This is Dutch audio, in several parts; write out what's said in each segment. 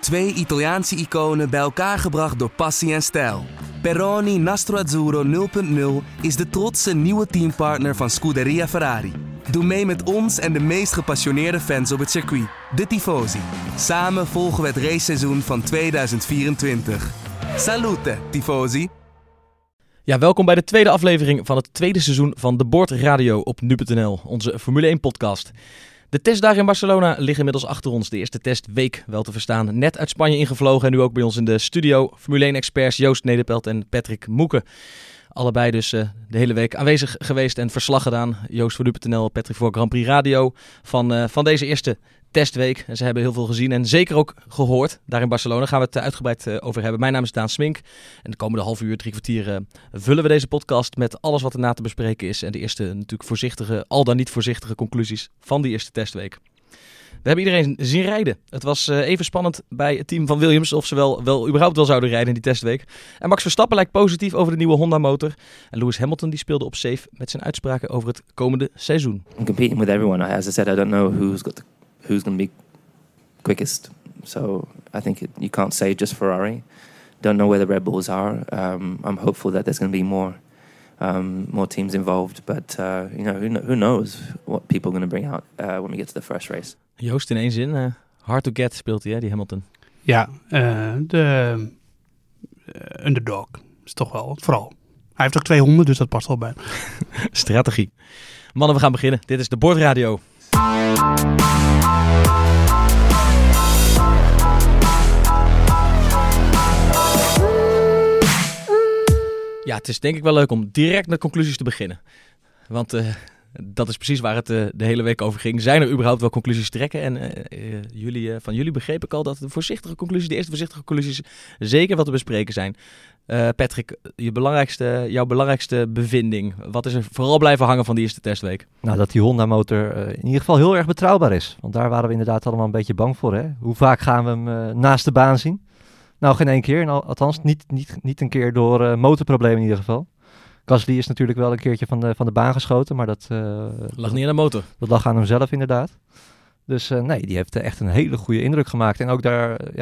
Twee Italiaanse iconen bij elkaar gebracht door passie en stijl. Peroni Nastro Azzurro 0.0 is de trotse nieuwe teampartner van Scuderia Ferrari. Doe mee met ons en de meest gepassioneerde fans op het circuit, de Tifosi. Samen volgen we het raceseizoen van 2024. Salute, Tifosi! Ja, welkom bij de tweede aflevering van het tweede seizoen van De Board Radio op nu.nl, onze Formule 1 podcast. De testdagen in Barcelona liggen inmiddels achter ons. De eerste testweek wel te verstaan. Net uit Spanje ingevlogen en nu ook bij ons in de studio. Formule 1 experts Joost Nederpelt en Patrick Moeke. Allebei dus de hele week aanwezig geweest en verslag gedaan. Joost voor nu.nl, Patrick voor Grand Prix Radio van deze eerste testweek. En ze hebben heel veel gezien en zeker ook gehoord. Daar in Barcelona gaan we het uitgebreid over hebben. Mijn naam is Daan Smink. En de komende half uur, 3 kwartier vullen we deze podcast met alles wat er na te bespreken is. En de eerste natuurlijk voorzichtige, al dan niet voorzichtige conclusies van die eerste testweek. We hebben iedereen zien rijden. Het was even spannend bij het team van Williams of ze wel überhaupt wel zouden rijden in die testweek. En Max Verstappen lijkt positief over de nieuwe Honda motor. En Lewis Hamilton die speelde op safe met zijn uitspraken over het komende seizoen. I'm competing with everyone. As I said, I don't know who's going to be quickest. So I think you can't say just Ferrari. Don't know where the Red Bulls are. I'm hopeful that there's going to be more teams involved. But who knows what people are going to bring out when we get to the first race. Joost, in één zin, hard to get speelt hij, die Hamilton. Ja, de underdog is toch wel, vooral. Hij heeft ook 200, dus dat past wel bij. Strategie. Mannen, we gaan beginnen. Dit is de Board Radio. Ja, het is denk ik wel leuk om direct met conclusies te beginnen. Want dat is precies waar het de hele week over ging. Zijn er überhaupt wel conclusies te trekken? En van jullie begreep ik al dat de eerste voorzichtige conclusies zeker wat te bespreken zijn. Patrick, jouw belangrijkste bevinding. Wat is er vooral blijven hangen van die eerste testweek? Nou, dat die Honda motor in ieder geval heel erg betrouwbaar is. Want daar waren we inderdaad allemaal een beetje bang voor. Hè? Hoe vaak gaan we hem naast de baan zien? Nou, geen één keer. Althans, niet een keer door motorproblemen in ieder geval. Gasly is natuurlijk wel een keertje van de baan geschoten, maar dat lag niet aan de motor. Dat lag aan hemzelf inderdaad. Dus nee, die heeft echt een hele goede indruk gemaakt. En ook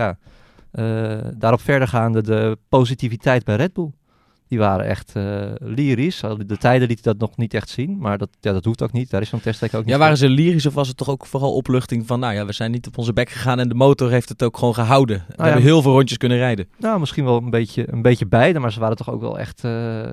daarop verdergaande de positiviteit bij Red Bull. Die waren echt lyrisch. De tijden lieten dat nog niet echt zien, maar dat hoeft ook niet. Daar is zo'n testweek ook niet. Ja, waren ze lyrisch of was het toch ook vooral opluchting van, we zijn niet op onze bek gegaan en de motor heeft het ook gewoon gehouden. We hebben heel veel rondjes kunnen rijden. Nou, misschien wel een beetje beide, maar ze waren toch ook wel echt,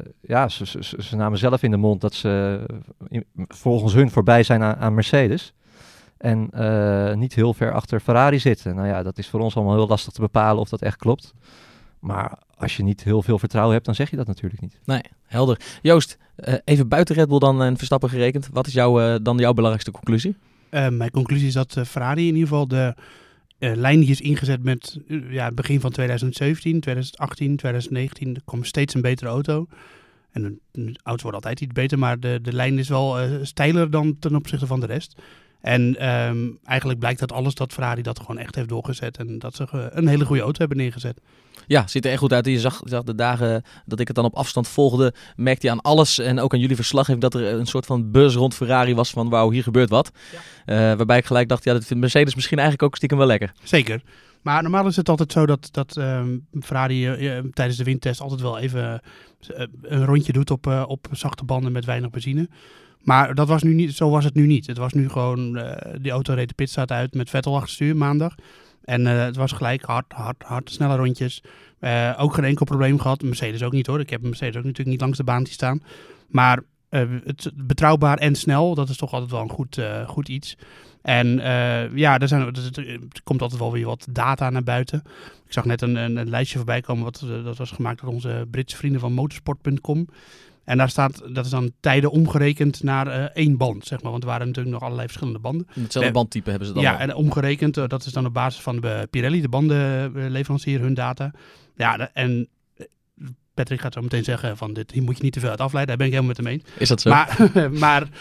ze namen zelf in de mond dat ze volgens hun voorbij zijn aan Mercedes. En niet heel ver achter Ferrari zitten. Nou ja, dat is voor ons allemaal heel lastig te bepalen of dat echt klopt. Maar als je niet heel veel vertrouwen hebt, dan zeg je dat natuurlijk niet. Nee, helder. Joost, even buiten Red Bull dan en Verstappen gerekend. Wat is dan jouw belangrijkste conclusie? Mijn conclusie is dat Ferrari in ieder geval de lijn die is ingezet met het begin van 2017, 2018, 2019. Er komt steeds een betere auto. En de auto wordt altijd iets beter, maar de lijn is wel steiler dan ten opzichte van de rest. En eigenlijk blijkt dat alles dat Ferrari dat gewoon echt heeft doorgezet. En dat ze een hele goede auto hebben neergezet. Ja, ziet er echt goed uit. Je zag de dagen dat ik het dan op afstand volgde, merkte je aan alles en ook aan jullie verslaggeving dat er een soort van buzz rond Ferrari was van wauw, hier gebeurt wat. Ja. Waarbij ik gelijk dacht, dat vindt Mercedes misschien eigenlijk ook stiekem wel lekker. Zeker. Maar normaal is het altijd zo dat Ferrari tijdens de windtest altijd wel even een rondje doet op zachte banden met weinig benzine. Maar dat was nu niet, zo was het nu niet. Het was nu gewoon, die auto reed de pitstraat uit met Vettel achter stuur maandag. En het was gelijk hard, snelle rondjes. Ook geen enkel probleem gehad. Mercedes ook niet hoor. Ik heb Mercedes ook natuurlijk niet langs de baan staan. Maar het betrouwbaar en snel, dat is toch altijd wel een goed iets. En er komt altijd wel weer wat data naar buiten. Ik zag net een lijstje voorbij komen. Dat was gemaakt door onze Britse vrienden van motorsport.com. En daar staat, dat is dan tijden omgerekend naar 1 band, zeg maar. Want er waren natuurlijk nog allerlei verschillende banden. Hetzelfde bandtype hebben ze dan. Ja, en omgerekend, dat is dan op basis van de Pirelli, de bandenleverancier, hun data. Ja, en Patrick gaat zo meteen zeggen van hier moet je niet te veel uit afleiden. Daar ben ik helemaal met hem eens. Is dat zo? Maar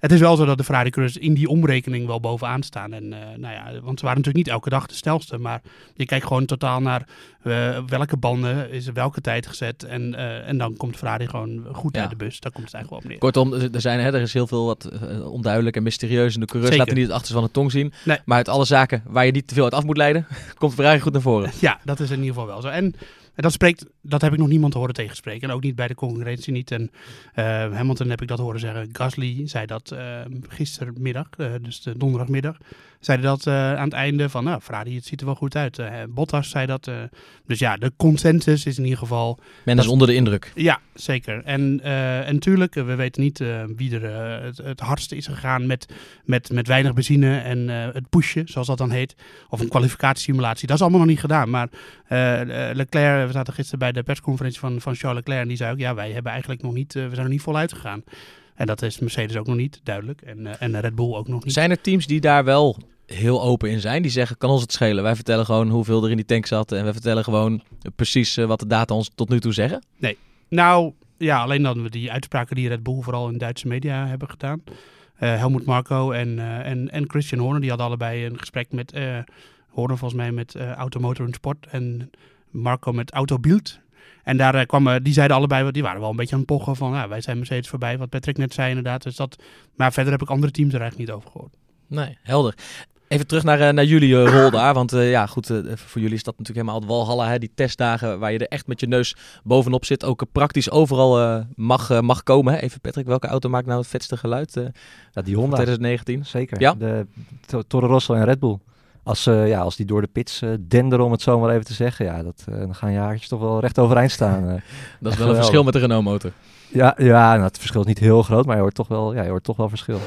het is wel zo dat de Ferrari-coureurs in die omrekening wel bovenaan staan. En, want ze waren natuurlijk niet elke dag de snelste. Maar je kijkt gewoon totaal naar welke banden is er welke tijd gezet. En dan komt Ferrari gewoon goed uit de bus. Daar komt het eigenlijk wel op neer. Kortom, er is heel veel wat onduidelijk en mysterieus. En de coureurs Zeker. laten niet het achterste van de tong zien. Nee. Maar uit alle zaken waar je niet te veel uit af moet leiden, komt Ferrari goed naar voren. Ja, dat is in ieder geval wel zo. En dat heb ik nog niemand horen tegenspreken. En ook niet bij de concurrentie niet. En Hamilton heb ik dat horen zeggen. Gasly zei dat gistermiddag, dus de donderdagmiddag. Zei dat aan het einde van, Ferrari, het ziet er wel goed uit. Bottas zei dat. Dus ja, de consensus is in ieder geval... Men is onder de indruk. Ja, zeker. En natuurlijk, we weten niet wie er het hardste is gegaan met weinig benzine en het pushen, zoals dat dan heet. Of een kwalificatiesimulatie. Dat is allemaal nog niet gedaan. Maar Leclerc, we zaten gisteren bij de persconferentie van Charles Leclerc. En die zei ook, wij hebben eigenlijk nog niet, we zijn nog niet voluit gegaan. En dat is Mercedes ook nog niet, duidelijk. En Red Bull ook nog niet. Zijn er teams die daar wel heel open in zijn? Die zeggen, kan ons het schelen? Wij vertellen gewoon hoeveel er in die tank zat. En wij vertellen gewoon precies wat de data ons tot nu toe zeggen. Nee. Nou, ja, alleen dan we die uitspraken die Red Bull vooral in Duitse media hebben gedaan. Helmut Marko en Christian Horner, die hadden allebei een gesprek met Horner volgens mij met Automotor en Sport. En Marko met Autobild. En daar die zeiden allebei, die waren wel een beetje aan het pochen van, wij zijn Mercedes voorbij, wat Patrick net zei inderdaad. Dus maar verder heb ik andere teams er eigenlijk niet over gehoord. Nee, helder. Even terug naar jullie rol daar, want voor jullie is dat natuurlijk helemaal het walhalla, hè? Die testdagen waar je er echt met je neus bovenop zit, ook praktisch overal mag komen. Hè? Even Patrick, welke auto maakt nou het vetste geluid? Die Honda. 2019. Zeker, ja? De Toro Rosso en Red Bull. Als die door de pits denderen, om het zo maar even te zeggen, dan gaan je haartjes toch wel recht overeind staan. Dat is wel een verschil met de Renault-motor. Ja, het verschil is niet heel groot, maar je hoort toch wel verschil.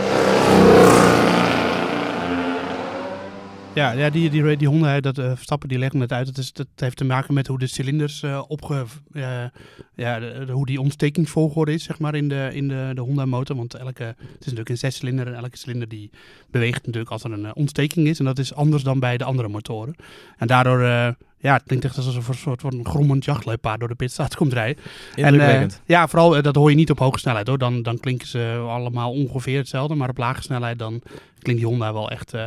Ja, die Honda, dat Verstappen, die leggen het uit. Dat heeft te maken met hoe de cilinders hoe die ontstekingsvolgorde is, zeg maar, in de Honda-motor. Want het is natuurlijk een 6-cilinder en elke cilinder die beweegt natuurlijk als er een ontsteking is. En dat is anders dan bij de andere motoren. En daardoor, het klinkt echt alsof er een soort van grommend jachtluipaard door de pitstraat komt rijden. Indrukwekkend. En vooral, dat hoor je niet op hoge snelheid hoor. Dan klinken ze allemaal ongeveer hetzelfde. Maar op lage snelheid dan klinkt die Honda wel echt...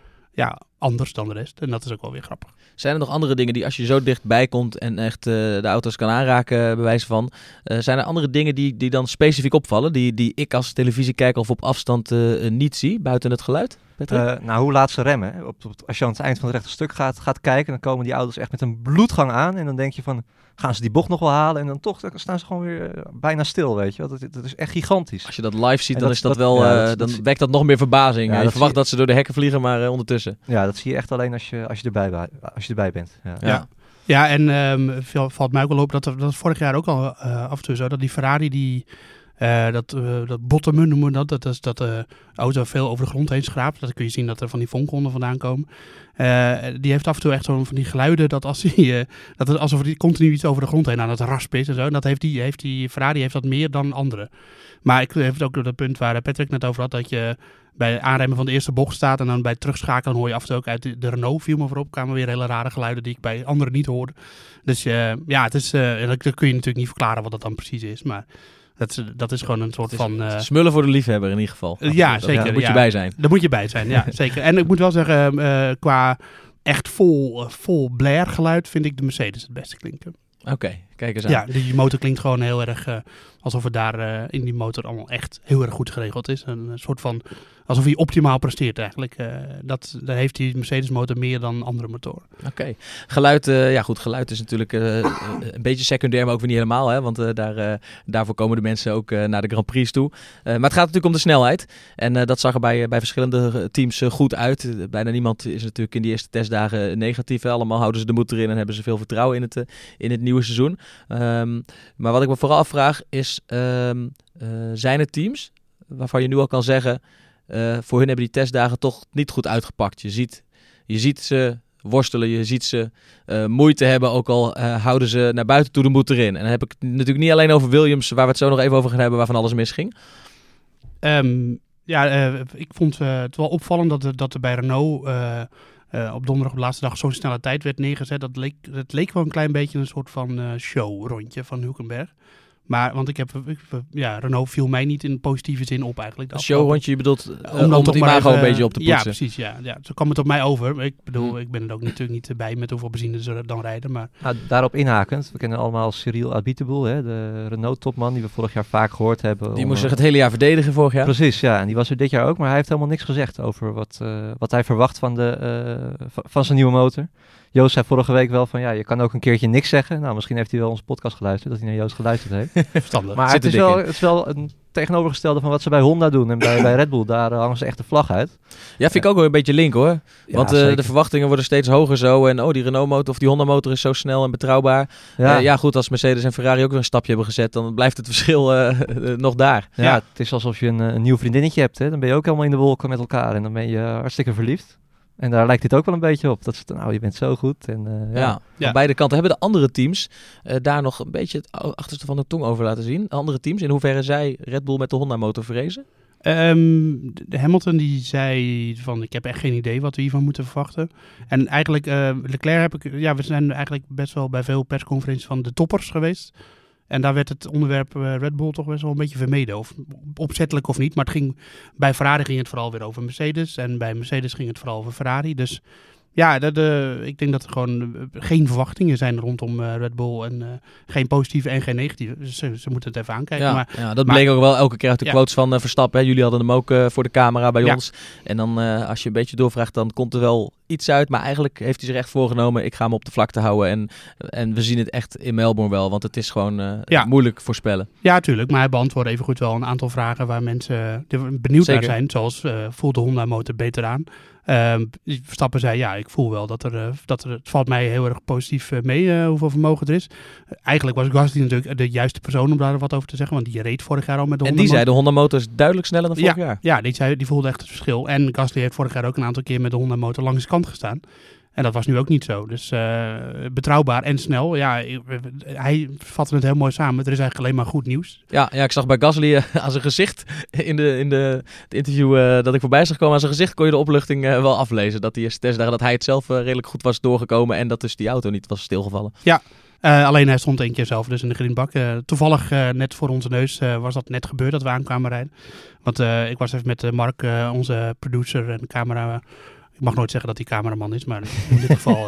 anders dan de rest. En dat is ook wel weer grappig. Zijn er nog andere dingen die als je zo dichtbij komt en echt de auto's kan aanraken, bij wijze van, zijn er andere dingen die dan specifiek opvallen, die ik als televisiekijker of op afstand niet zie, buiten het geluid? Hoe laat ze remmen? Hè? Als je aan het eind van het rechte stuk gaat kijken, dan komen die auto's echt met een bloedgang aan en dan denk je van, gaan ze die bocht nog wel halen? En dan staan ze gewoon weer bijna stil, weet je. Dat is echt gigantisch. Als je dat live ziet, dan is dat wel, dan wekt dat nog meer verbazing. Je verwacht dat ze door de hekken vliegen, maar ondertussen. Ja, dat zie je echt alleen als je erbij bent. Ja, en valt mij ook wel op dat vorig jaar ook al af en toe zo, dat die Ferrari dat bottomen noemen we dat is dat de auto veel over de grond heen schraapt. Dat kun je zien dat er van die vonkonden vandaan komen. Die heeft af en toe echt zo van die geluiden dat als hij dat het alsof hij continu iets over de grond heen aan het raspen is en zo. En dat heeft die Ferrari heeft dat meer dan andere. Maar ik heb het ook door dat punt waar Patrick net over had, dat je bij aanremmen van de eerste bocht staat en dan bij het terugschakelen hoor je af en toe ook uit de Renault, viel me voorop, kwamen weer hele rare geluiden die ik bij anderen niet hoorde. Dus het is, dat kun je natuurlijk niet verklaren wat dat dan precies is, maar dat is gewoon een soort van... smullen voor de liefhebber in ieder geval. Ja, zeker. Daar moet je bij zijn. Daar moet je bij zijn, ja, zeker. En ik moet wel zeggen, qua echt vol Blair geluid vind ik de Mercedes het beste klinken. Oké, kijk eens aan. Ja, die motor klinkt gewoon heel erg alsof het daar in die motor allemaal echt heel erg goed geregeld is. Een soort van, alsof hij optimaal presteert eigenlijk. Daar heeft die Mercedes motor meer dan andere motoren. Oké. Geluid, geluid is natuurlijk een beetje secundair, maar ook weer niet helemaal. Hè? Want daarvoor komen de mensen ook naar de Grand Prix toe. Maar het gaat natuurlijk om de snelheid. En dat zag er bij verschillende teams goed uit. Bijna niemand is natuurlijk in die eerste testdagen negatief. Hè? Allemaal houden ze de moed erin en hebben ze veel vertrouwen in het nieuwe seizoen. Maar wat ik me vooral afvraag is, zijn er teams waarvan je nu al kan zeggen, voor hun hebben die testdagen toch niet goed uitgepakt. Je ziet ze worstelen, je ziet ze moeite hebben, ook al houden ze naar buiten toe de moed erin. En dan heb ik het natuurlijk niet alleen over Williams, waar we het zo nog even over gaan hebben, waarvan alles misging. Ik vond het wel opvallend dat er bij Renault op donderdag op de laatste dag zo'n snelle tijd werd neergezet. Dat leek wel een klein beetje een soort van show-rondje van Hülkenberg. Maar, want Renault viel mij niet in positieve zin op eigenlijk. Een showrondje, je bedoelt om dan het toch maar imago even, een beetje op te poetsen. Ja, precies. Ja. Zo kwam het op mij over. Ik bedoel, ik ben er ook natuurlijk niet bij met hoeveel benzine ze dan rijden. Maar... Nou, daarop inhakend, we kennen allemaal Cyril Abiteboul, de Renault-topman die we vorig jaar vaak gehoord hebben. Die moest zich het hele jaar verdedigen vorig jaar. Precies, ja. En die was er dit jaar ook, maar hij heeft helemaal niks gezegd over wat hij verwacht van zijn nieuwe motor. Joost zei vorige week wel van, je kan ook een keertje niks zeggen. Nou, misschien heeft hij wel onze podcast geluisterd, dat hij naar Joost geluisterd heeft. Verstandig. Maar het is wel een tegenovergestelde van wat ze bij Honda doen. En bij Red Bull, daar hangen ze echt de vlag uit. Ja, vind ik ook wel een beetje link hoor. Ja, want de verwachtingen worden steeds hoger zo. En die Renault motor of die Honda motor is zo snel en betrouwbaar. Ja, goed, als Mercedes en Ferrari ook weer een stapje hebben gezet, dan blijft het verschil nog daar. Ja, het is alsof je een nieuw vriendinnetje hebt. Hè? Dan ben je ook helemaal in de wolken met elkaar en dan ben je hartstikke verliefd. En daar lijkt dit ook wel een beetje op. Dat je bent zo goed. En, Aan beide kanten hebben de andere teams daar nog een beetje het achterste van de tong over laten zien. Andere teams, in hoeverre zij Red Bull met de Honda motor vrezen? Hamilton die zei van, ik heb echt geen idee wat we hiervan moeten verwachten. En eigenlijk, Leclerc we zijn eigenlijk best wel bij veel persconferenties van de toppers geweest. En daar werd het onderwerp Red Bull toch best wel een beetje vermeden. Of opzettelijk of niet. Maar bij Ferrari ging het vooral weer over Mercedes. En bij Mercedes ging het vooral over Ferrari. Dus ja, ik denk dat er gewoon geen verwachtingen zijn rondom Red Bull. En geen positieve en geen negatieve. Dus ze moeten het even aankijken. Dat bleek ook wel elke keer uit de quotes van Verstappen. Hè. Jullie hadden hem ook voor de camera bij ons. En dan als je een beetje doorvraagt, dan komt er wel iets uit. Maar eigenlijk heeft hij zich echt voorgenomen, ik ga hem op de vlakte houden. En we zien het echt in Melbourne wel. Want het is gewoon moeilijk voorspellen. Ja, tuurlijk. Maar hij beantwoordde even goed wel een aantal vragen waar mensen benieuwd naar zijn. Zoals, voelt de Honda motor beter aan? Verstappen zei, ik voel wel dat het valt mij heel erg positief mee hoeveel vermogen er is. Eigenlijk was Gasly natuurlijk de juiste persoon om daar wat over te zeggen, want die reed vorig jaar al met de Honda motor. En die zei, de Honda motor is duidelijk sneller dan vorig jaar. Ja, die voelde echt het verschil. En Gasly heeft vorig jaar ook een aantal keer met de Honda motor langs de kant gestaan. En dat was nu ook niet zo. Dus betrouwbaar en snel. Ja, hij vatte het heel mooi samen. Er is eigenlijk alleen maar goed nieuws. Ja, ik zag bij Gasly aan zijn gezicht in het interview dat ik voorbij zag komen. Aan zijn gezicht kon je de opluchting wel aflezen. Dat die eerste testdagen dat hij het zelf redelijk goed was doorgekomen. En dat dus die auto niet was stilgevallen. Ja. Alleen hij stond één keer zelf dus in de greenbak. Toevallig net voor onze neus was dat net gebeurd dat we aankwamen rijden. Want ik was even met Mark, onze producer en camera. Ik mag nooit zeggen dat hij cameraman is, maar in dit geval...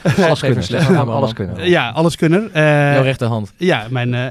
alles kunnen. Ja, alles kunnen. Jouw rechterhand. Ja,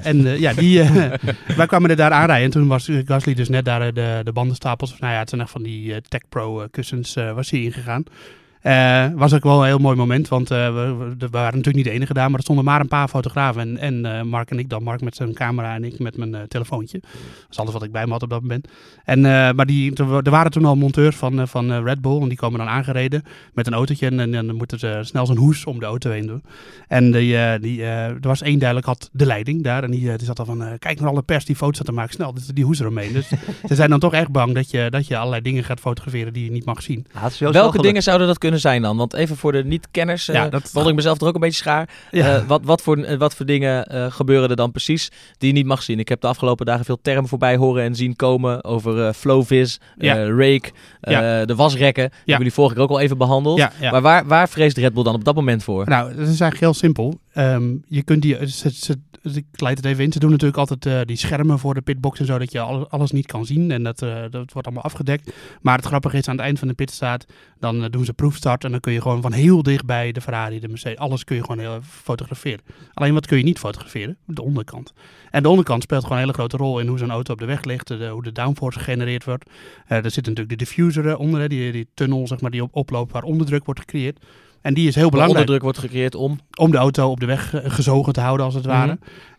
wij kwamen er daar aanrijden. En toen was Gasly dus net daar de bandenstapels. Nou ja, het zijn echt van die Tech Pro kussens was hij ingegaan. Was ook wel een heel mooi moment, want we waren natuurlijk niet de enige daar, maar er stonden maar een paar fotografen en Mark en ik dan. Mark met zijn camera en ik met mijn telefoontje. Dat is alles wat ik bij me had op dat moment. Maar er waren toen al monteurs van Red Bull en die komen dan aangereden met een autootje en dan moeten ze snel zo'n hoes om de auto heen doen. En er was één duidelijk had de leiding daar en die zat al van, kijk naar alle pers die foto's te maken, snel die hoes eromheen. Dus ze zijn dan toch echt bang dat je allerlei dingen gaat fotograferen die je niet mag zien. Welke dingen zouden dat kunnen zijn dan? Want even voor de niet-kenners, vond ik mezelf er ook een beetje schaar. Ja. Wat voor dingen gebeuren er dan precies die je niet mag zien? Ik heb de afgelopen dagen veel termen voorbij horen en zien komen over flowvis, rake, de wasrekken. Die hebben jullie vorige keer ook al even behandeld. Ja. Maar waar vreest Red Bull dan op dat moment voor? Nou, dat is eigenlijk heel simpel. Je kunt ik leid het even in. Ze doen natuurlijk altijd die schermen voor de pitbox en zo, dat je alles niet kan zien. En dat wordt allemaal afgedekt. Maar het grappige is, aan het eind van de pitstaat, dan doen ze proefstart en dan kun je gewoon van heel dichtbij de Ferrari, de Mercedes, alles kun je gewoon heel fotograferen. Alleen wat kun je niet fotograferen? De onderkant. En de onderkant speelt gewoon een hele grote rol in hoe zo'n auto op de weg ligt, hoe de downforce gegenereerd wordt. Er zit natuurlijk de diffuser onder, die tunnel zeg maar, die oploopt waar onderdruk wordt gecreëerd. En die is heel belangrijk. Onderdruk wordt gecreëerd om de auto op de weg gezogen te houden, als het ware.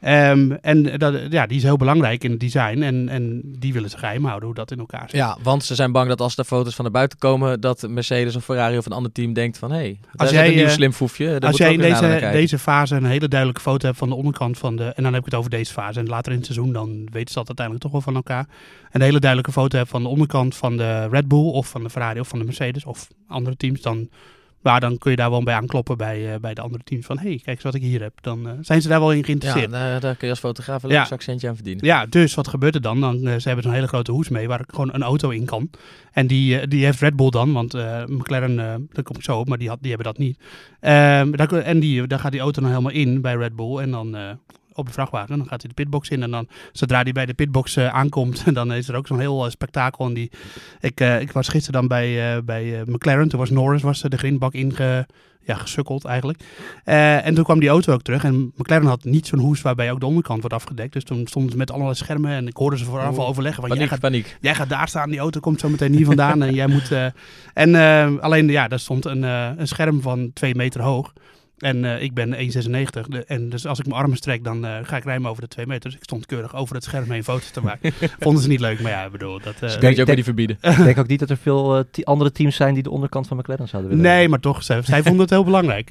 Die is heel belangrijk in het design. En die willen ze geheim houden, hoe dat in elkaar zit. Ja, want ze zijn bang dat als er foto's van naar buiten komen, dat Mercedes of Ferrari of een ander team denkt van, daar is een nieuw slim foefje. Als jij in deze fase een hele duidelijke foto hebt van de onderkant van en dan heb ik het over deze fase. En later in het seizoen, dan weten ze dat uiteindelijk toch wel van elkaar. Een hele duidelijke foto hebt van de onderkant van de Red Bull of van de Ferrari of van de Mercedes of andere teams, dan kun je daar wel bij aankloppen bij de andere teams. Van, kijk eens wat ik hier heb. Dan zijn ze daar wel in geïnteresseerd. Ja, daar kun je als fotograaf wel een accentje aan verdienen. Ja, dus wat gebeurt er dan? Ze hebben zo'n hele grote hoes mee waar gewoon een auto in kan. En die heeft Red Bull dan, want McLaren, daar kom ik zo op, maar die hebben dat niet. Daar gaat die auto dan helemaal in bij Red Bull. En dan op de vrachtwagen. Dan gaat hij de pitbox in en dan zodra hij bij de pitbox aankomt, dan is er ook zo'n heel spektakel. En ik was gisteren dan bij McLaren, toen was Norris de grindbak gesukkeld eigenlijk. En toen kwam die auto ook terug en McLaren had niet zo'n hoes waarbij ook de onderkant wordt afgedekt. Dus toen stonden ze met allerlei schermen en ik hoorde ze vooraf al overleggen. Van, Paniek. Jij gaat daar staan, die auto komt zo meteen hier vandaan en jij moet... alleen, daar stond een scherm van 2 meter hoog. En ik ben 1,96. En dus als ik mijn armen strek, dan ga ik rijmen over de 2 meter. Dus ik stond keurig over het scherm heen foto's te maken. Vonden ze niet leuk, maar ja, ik bedoel... Dat kun je ook weer niet verbieden. Ik denk ook niet dat er veel andere teams zijn die de onderkant van McLaren zouden willen. Nee, maar toch, zij vonden het heel belangrijk.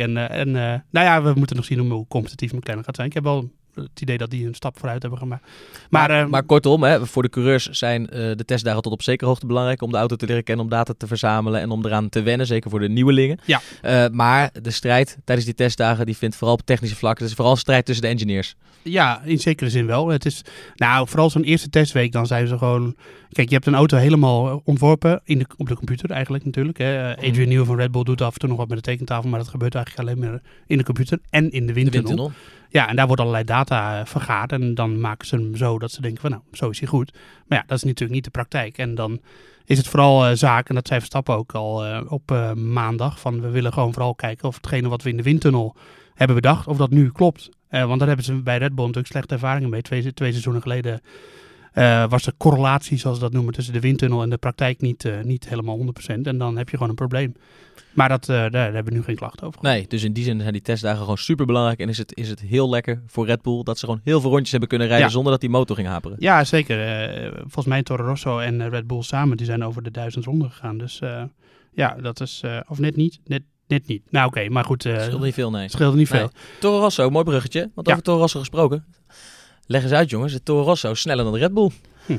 We moeten nog zien hoe competitief McLaren gaat zijn. Ik heb wel het idee dat die een stap vooruit hebben gemaakt. Maar kortom, voor de coureurs zijn de testdagen tot op zekere hoogte belangrijk om de auto te leren kennen, om data te verzamelen en om eraan te wennen, zeker voor de nieuwelingen. Ja. Maar de strijd tijdens die testdagen, die vindt vooral op technische vlakken. Het is vooral een strijd tussen de engineers. Ja, in zekere zin wel. Het is, vooral zo'n eerste testweek, dan zijn ze gewoon... Kijk, je hebt een auto helemaal ontworpen op de computer eigenlijk natuurlijk. Adrian Newey van Red Bull doet af en toe nog wat met de tekentafel, maar dat gebeurt eigenlijk alleen maar in de computer en in de windtunnel. Ja, en daar wordt allerlei data vergaard en dan maken ze hem zo dat ze denken van zo is hij goed. Maar ja, dat is natuurlijk niet de praktijk. En dan is het vooral zaak, en dat zei Verstappen ook al op maandag, van we willen gewoon vooral kijken of hetgene wat we in de windtunnel hebben bedacht, of dat nu klopt. Want daar hebben ze bij Red Bull natuurlijk slechte ervaringen mee. Twee seizoenen geleden was de correlatie, zoals ze dat noemen, tussen de windtunnel en de praktijk niet helemaal 100%. En dan heb je gewoon een probleem. Maar daar hebben we nu geen klachten over. Nee, dus in die zin zijn die testdagen gewoon super belangrijk. En is het heel lekker voor Red Bull dat ze gewoon heel veel rondjes hebben kunnen rijden zonder dat die motor ging haperen. Ja, zeker. Volgens mij Toro Rosso en Red Bull samen, die zijn over de 1000 ronden gegaan. Dus dat is, of net niet. Net niet. Nou oké, maar goed. Scheelde niet veel, nee. Scheelde niet veel. Toro Rosso, mooi bruggetje. Want over Toro Rosso gesproken. Leg eens uit jongens, de Toro Rosso sneller dan de Red Bull.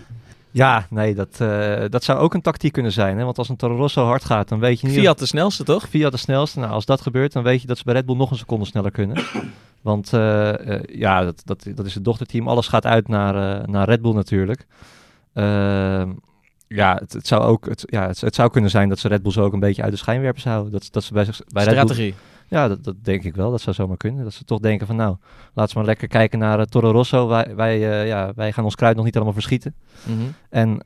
Ja, nee, dat zou ook een tactiek kunnen zijn. Hè? Want als een Toro Rosso hard gaat, dan weet je niet... Fiat de snelste, toch? Fiat de snelste. Nou, als dat gebeurt, dan weet je dat ze bij Red Bull nog een seconde sneller kunnen. Want dat is het dochterteam. Alles gaat uit naar Red Bull natuurlijk. Het zou kunnen zijn dat ze Red Bull zo ook een beetje uit de schijnwerpers houden. Dat ze bij strategie. Red Bull, ja, dat denk ik wel. Dat zou zomaar kunnen. Dat ze toch denken van laten we maar lekker kijken naar Toro Rosso. Wij gaan ons kruid nog niet allemaal verschieten. Mm-hmm. En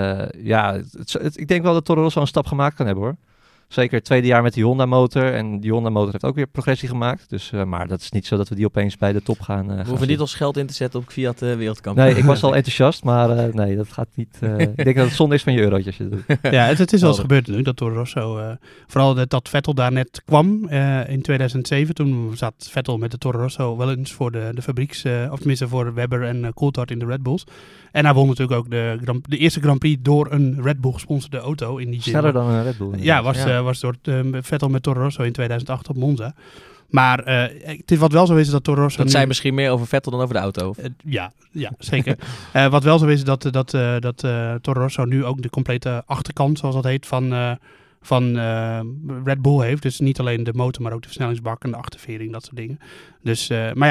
ik denk wel dat Toro Rosso een stap gemaakt kan hebben hoor. Zeker het tweede jaar met die Honda motor. En die Honda motor heeft ook weer progressie gemaakt. Dus, maar dat is niet zo dat we die opeens bij de top gaan We hoeven niet ons geld in te zetten op Fiat wereldkampioen. Nee, ik was al enthousiast. Maar nee, dat gaat niet. Ik denk dat het zonde is van je eurotjes. Ja, het is wel eens gebeurd natuurlijk dat Toro Rosso... vooral dat Vettel daar net kwam in 2007. Toen zat Vettel met de Toro Rosso wel eens voor de fabrieks... of tenminste voor Webber en Coulthard in de Red Bulls. En hij won natuurlijk ook de eerste Grand Prix door een Red Bull gesponsorde auto. In die sneller dan een Red Bull. Ja, was door Vettel met Toro Rosso in 2008 op Monza. Maar het is wat wel zo is dat Toro Rosso... Dat zei misschien meer over Vettel dan over de auto. Ja, zeker. Wat wel zo is dat Toro Rosso nu ook de complete achterkant, zoals dat heet, van Red Bull heeft. Dus niet alleen de motor, maar ook de versnellingsbak en de achtervering, dat soort dingen. Dus,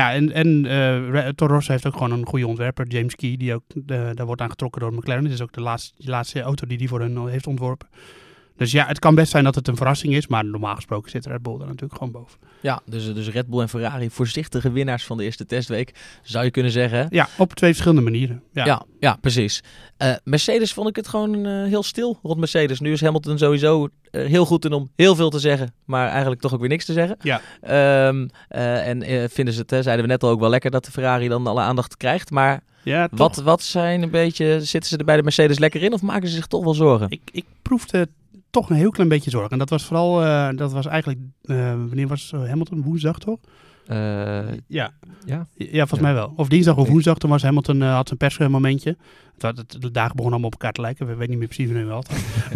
Toro Rosso heeft ook gewoon een goede ontwerper, James Key, die ook daar wordt aan getrokken door McLaren. Dit is ook de laatste auto die voor hun heeft ontworpen. Dus ja, het kan best zijn dat het een verrassing is, maar normaal gesproken zit Red Bull daar natuurlijk gewoon boven. Ja, dus Red Bull en Ferrari voorzichtige winnaars van de eerste testweek, zou je kunnen zeggen. Ja, op 2 verschillende manieren. Ja, precies. Mercedes vond ik het gewoon heel stil rond Mercedes. Nu is Hamilton sowieso heel goed in om heel veel te zeggen, maar eigenlijk toch ook weer niks te zeggen. Ja. Vinden ze het, zeiden we net al, ook wel lekker dat de Ferrari dan alle aandacht krijgt, maar... Ja, wat zijn een beetje... Zitten ze er bij de Mercedes lekker in of maken ze zich toch wel zorgen? Ik proefde toch een heel klein beetje zorgen. En dat was vooral... dat was eigenlijk... wanneer was Hamilton? Woensdag, toch? Ja, volgens mij wel. Of dinsdag of woensdag. Toen was Hamilton... had zijn persmomentje. De dagen begonnen allemaal op elkaar te lijken. We weten niet meer precies wanneer wel.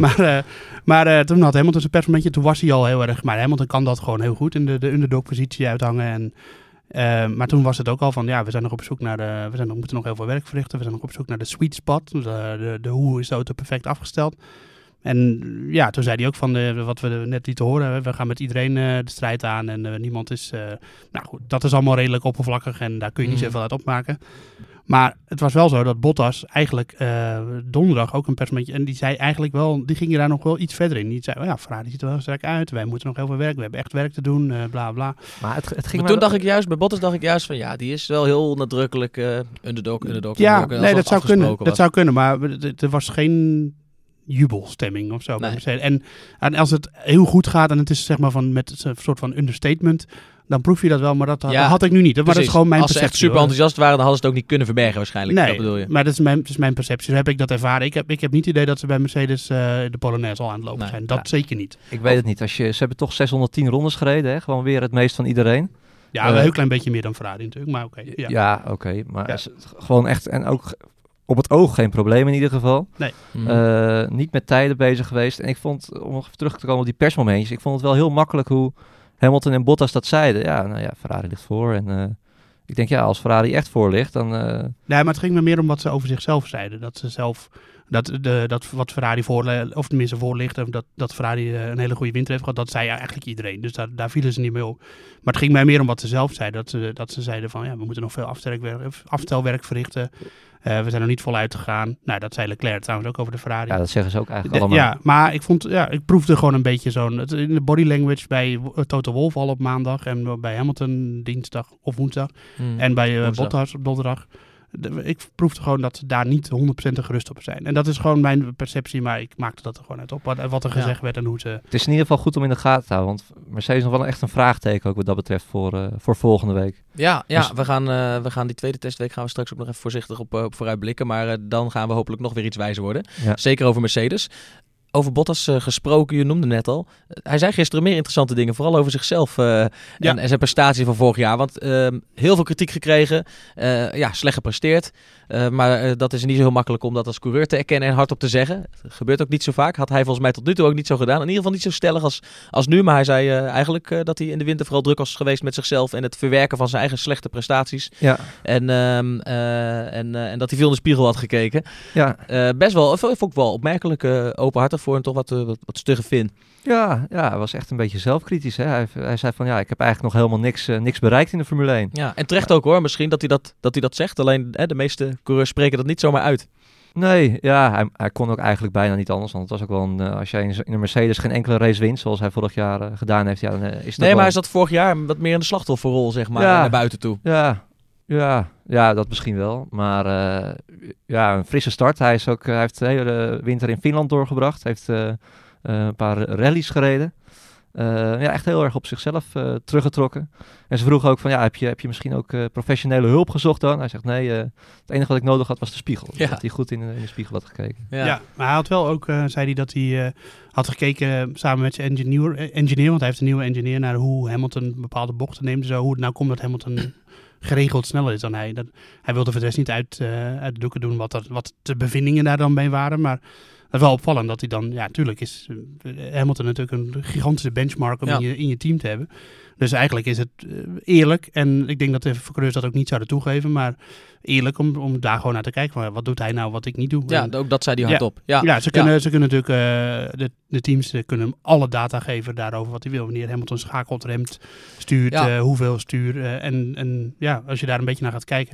maar toen had Hamilton zijn persmomentje. Toen was hij al heel erg... Maar Hamilton kan dat gewoon heel goed in de underdog-positie uithangen. En... maar toen was het ook al van, we zijn nog op zoek naar we moeten nog heel veel werk verrichten. We zijn nog op zoek naar de sweet spot. Dus hoe is de auto perfect afgesteld. En toen zei hij ook van, wat we net lieten horen, we gaan met iedereen de strijd aan. En niemand is, goed, dat is allemaal redelijk oppervlakkig en daar kun je niet zoveel uit opmaken. Maar het was wel zo dat Bottas eigenlijk donderdag ook een persmomentje... En die zei eigenlijk wel, die ging daar nog wel iets verder in. Die zei, Ferrari ziet er wel sterk uit. Wij moeten nog heel veel werk. We hebben echt werk te doen, bla bla. Maar het ging toen dacht ik juist, bij Bottas dacht ik juist van... Ja, die is wel heel nadrukkelijk underdog. Ja, nee, dat zou kunnen. Dat zou kunnen, maar er was geen jubelstemming of zo. Nee. En als het heel goed gaat en het is zeg maar met een soort van understatement... Dan proef je dat wel, maar dat had ik nu niet. Maar dat is gewoon mijn perceptie. Als ze echt super enthousiast waren, dan hadden ze het ook niet kunnen verbergen waarschijnlijk. Nee, dat bedoel je. Maar dat is mijn perceptie. Zo heb ik dat ervaren. Ik heb niet het idee dat ze bij Mercedes de Polonaise al aan het lopen zijn. Dat zeker niet. Ik weet het niet. Ze hebben toch 610 rondes gereden. Hè? Gewoon weer het meest van iedereen. Ja, een heel klein beetje meer dan Ferrari natuurlijk. Maar oké. Ja, oké. Maar gewoon echt... En ook op het oog geen probleem in ieder geval. Nee. Niet met tijden bezig geweest. En ik vond, om nog even terug te komen op die persmomentjes... Ik vond het wel heel makkelijk hoe... Hamilton en Bottas dat zeiden. Ja, Ferrari ligt voor. En ik denk, als Ferrari echt voor ligt, dan... Nee, maar het ging me meer om wat ze over zichzelf zeiden. Dat ze zelf... Dat wat Ferrari of tenminste voor ligt... Dat Ferrari een hele goede winter heeft gehad. Dat zei eigenlijk iedereen. Dus daar vielen ze niet mee op. Maar het ging mij meer om wat ze zelf zeiden. Dat ze zeiden van... we moeten nog veel aftelwerk verrichten. We zijn nog niet voluit gegaan. Nou, dat zei Leclerc trouwens ook over de Ferrari. Ja, dat zeggen ze ook eigenlijk allemaal. Ja, maar ik proefde gewoon een beetje in de body language bij Toto Wolff al op maandag. En bij Hamilton dinsdag of woensdag. En bij Bottas op donderdag. Ik proefde gewoon dat ze daar niet 100% gerust op zijn. En dat is gewoon mijn perceptie, maar ik maakte dat er gewoon uit op. Wat er gezegd werd en hoe ze... Het is in ieder geval goed om in de gaten te houden. Want Mercedes is nog wel echt een vraagteken ook wat dat betreft voor volgende week. Ja, dus... we gaan die tweede testweek gaan we straks ook nog even voorzichtig op vooruit blikken. Maar dan gaan we hopelijk nog weer iets wijzer worden. Ja. Zeker over Mercedes. Over Bottas gesproken, je noemde net al. Hij zei gisteren meer interessante dingen, vooral over zichzelf en zijn prestatie van vorig jaar. Want heel veel kritiek gekregen, slecht gepresteerd. Maar dat is niet zo heel makkelijk om dat als coureur te erkennen en hardop te zeggen. Dat gebeurt ook niet zo vaak. Had hij volgens mij tot nu toe ook niet zo gedaan. In ieder geval niet zo stellig als nu. Maar hij zei eigenlijk dat hij in de winter vooral druk was geweest met zichzelf en het verwerken van zijn eigen slechte prestaties. Ja. En dat hij veel in de spiegel had gekeken. Ja. Best wel, vond ik wel opmerkelijk openhartig voor hem toch wat stugge Finn. Ja, hij was echt een beetje zelfkritisch. Hè? Hij zei van ik heb eigenlijk nog helemaal niks bereikt in de Formule 1. Ja, en terecht ook hoor, misschien dat hij dat zegt. Alleen de meeste coureurs spreken dat niet zomaar uit. Nee, hij kon ook eigenlijk bijna niet anders. Want het was ook wel als jij in een Mercedes geen enkele race wint, zoals hij vorig jaar gedaan heeft. Dan is dat maar hij zat vorig jaar wat meer in de slachtofferrol, zeg maar, naar buiten toe. Ja, dat misschien wel. Maar een frisse start. Hij heeft de hele winter in Finland doorgebracht. Heeft een paar rallies gereden. Echt heel erg op zichzelf teruggetrokken. En ze vroegen ook van, heb je misschien ook professionele hulp gezocht dan? Hij zegt, nee, het enige wat ik nodig had was de spiegel. Ja. Dat hij goed in de spiegel had gekeken. Ja, maar hij had wel ook, zei hij dat hij had gekeken samen met zijn engineer, want hij heeft een nieuwe engineer, naar hoe Hamilton bepaalde bochten neemt. Zo, hoe het nou komt dat Hamilton geregeld sneller is dan hij. Hij wilde voor de rest niet uit de doeken doen wat de bevindingen daar dan mee waren, maar... Het is wel opvallend dat hij dan, natuurlijk is Hamilton natuurlijk een gigantische benchmark om in je team te hebben. Dus eigenlijk is het eerlijk, en ik denk dat de coureurs dat ook niet zouden toegeven, maar eerlijk om daar gewoon naar te kijken. Van, wat doet hij nou wat ik niet doe? Ja, ook dat zei hij hardop. Ze kunnen natuurlijk, de teams kunnen hem alle data geven daarover wat hij wil. Wanneer Hamilton schakelt, remt, stuurt, hoeveel stuurt. En als je daar een beetje naar gaat kijken.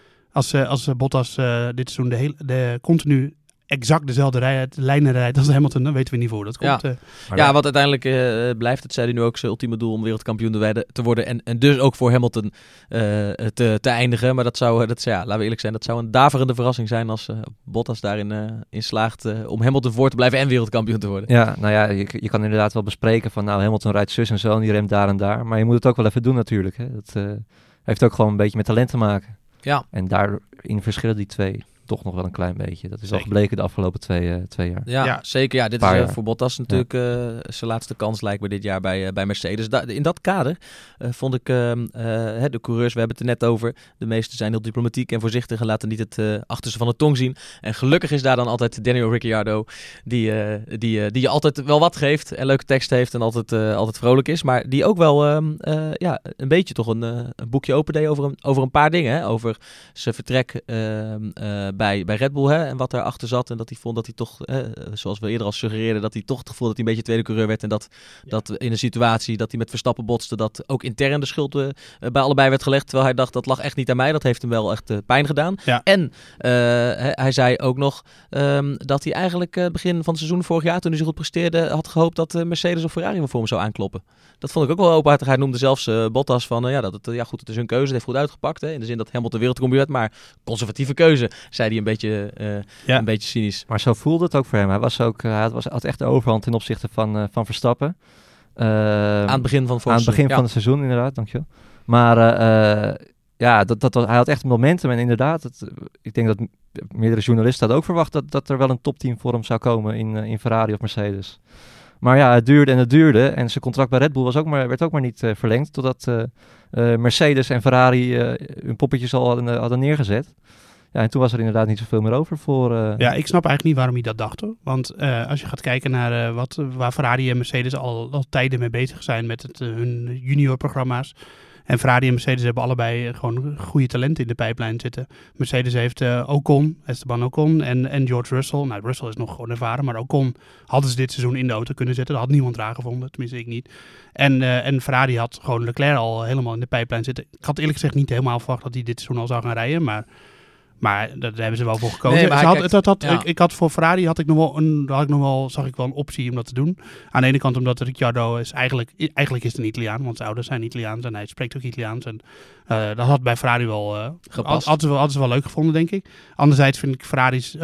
Als Bottas dit seizoen de continu exact dezelfde lijnen rijdt als Hamilton, dan weten we niet voor dat komt. Want uiteindelijk blijft het, zei hij nu ook, zijn ultieme doel om wereldkampioen te worden en dus ook voor Hamilton te eindigen. Maar laten we eerlijk zijn, dat zou een daverende verrassing zijn als Bottas daarin in slaagt om Hamilton voor te blijven en wereldkampioen te worden. Ja, je kan inderdaad wel bespreken van Hamilton rijdt zus en zo en die remt daar en daar. Maar je moet het ook wel even doen natuurlijk. Hè. Dat heeft ook gewoon een beetje met talent te maken. Ja. En daarin verschillen die twee toch nog wel een klein beetje. Dat is al gebleken de afgelopen twee jaar. Ja, zeker. Ja, dit is voor Bottas natuurlijk zijn laatste kans lijkt me dit jaar bij Mercedes. In dat kader vond ik de coureurs, we hebben het er net over, de meesten zijn heel diplomatiek en voorzichtig en laten niet het achterste van de tong zien. En gelukkig is daar dan altijd Daniel Ricciardo, die je altijd wel wat geeft en leuke tekst heeft en altijd vrolijk is, maar die ook wel een beetje toch een boekje open deed over een paar dingen. Hè? Over zijn vertrek bij Red Bull, hè, en wat daarachter zat. En dat hij vond dat hij toch, zoals we eerder al suggereerden, dat hij toch het gevoel dat hij een beetje tweede coureur werd. En dat in een situatie dat hij met Verstappen botste, dat ook intern de schuld bij allebei werd gelegd. Terwijl hij dacht, dat lag echt niet aan mij. Dat heeft hem wel echt pijn gedaan. Ja. En hij zei ook nog dat hij eigenlijk begin van het seizoen vorig jaar, toen hij zo goed presteerde, had gehoopt dat Mercedes of Ferrari voor hem zou aankloppen. Dat vond ik ook wel openhartig. Hij noemde zelfs Bottas van, goed, het is hun keuze. Het heeft goed uitgepakt. Hè, in de zin dat Hamilton wereldkampioen werd, maar conservatieve keuze, zei hij een beetje cynisch. Maar zo voelde het ook voor hem. Hij had echt de overhand ten opzichte van Verstappen. Aan het begin van van het seizoen, inderdaad. Dankjewel. Maar hij had echt momentum. En inderdaad, ik denk dat meerdere journalisten hadden ook verwacht dat er wel een topteam voor hem zou komen in Ferrari of Mercedes. Maar ja, het duurde. En zijn contract bij Red Bull werd ook maar niet verlengd. Totdat Mercedes en Ferrari hun poppetjes al hadden neergezet. Ja, en toen was er inderdaad niet zoveel meer over voor... Ja, ik snap eigenlijk niet waarom hij dat dacht, hoor. Want als je gaat kijken naar waar Ferrari en Mercedes al tijden mee bezig zijn met hun juniorprogramma's. En Ferrari en Mercedes hebben allebei gewoon goede talenten in de pijplijn zitten. Mercedes heeft Esteban Ocon en George Russell. Nou, Russell is nog gewoon ervaren, maar Ocon hadden ze dit seizoen in de auto kunnen zetten. Dat had niemand raar gevonden, tenminste ik niet. En Ferrari had gewoon Leclerc al helemaal in de pijplijn zitten. Ik had eerlijk gezegd niet helemaal verwacht dat hij dit seizoen al zou gaan rijden, maar daar hebben ze wel voor gekozen. Nee, ik had voor Ferrari zag ik nog wel een optie om dat te doen. Aan de ene kant omdat Ricciardo is eigenlijk is het een Italiaan, want zijn ouders zijn Italiaans en hij spreekt ook Italiaans. En dat had bij Ferrari wel gepast. Hadden ze wel leuk gevonden, denk ik. Anderzijds vind ik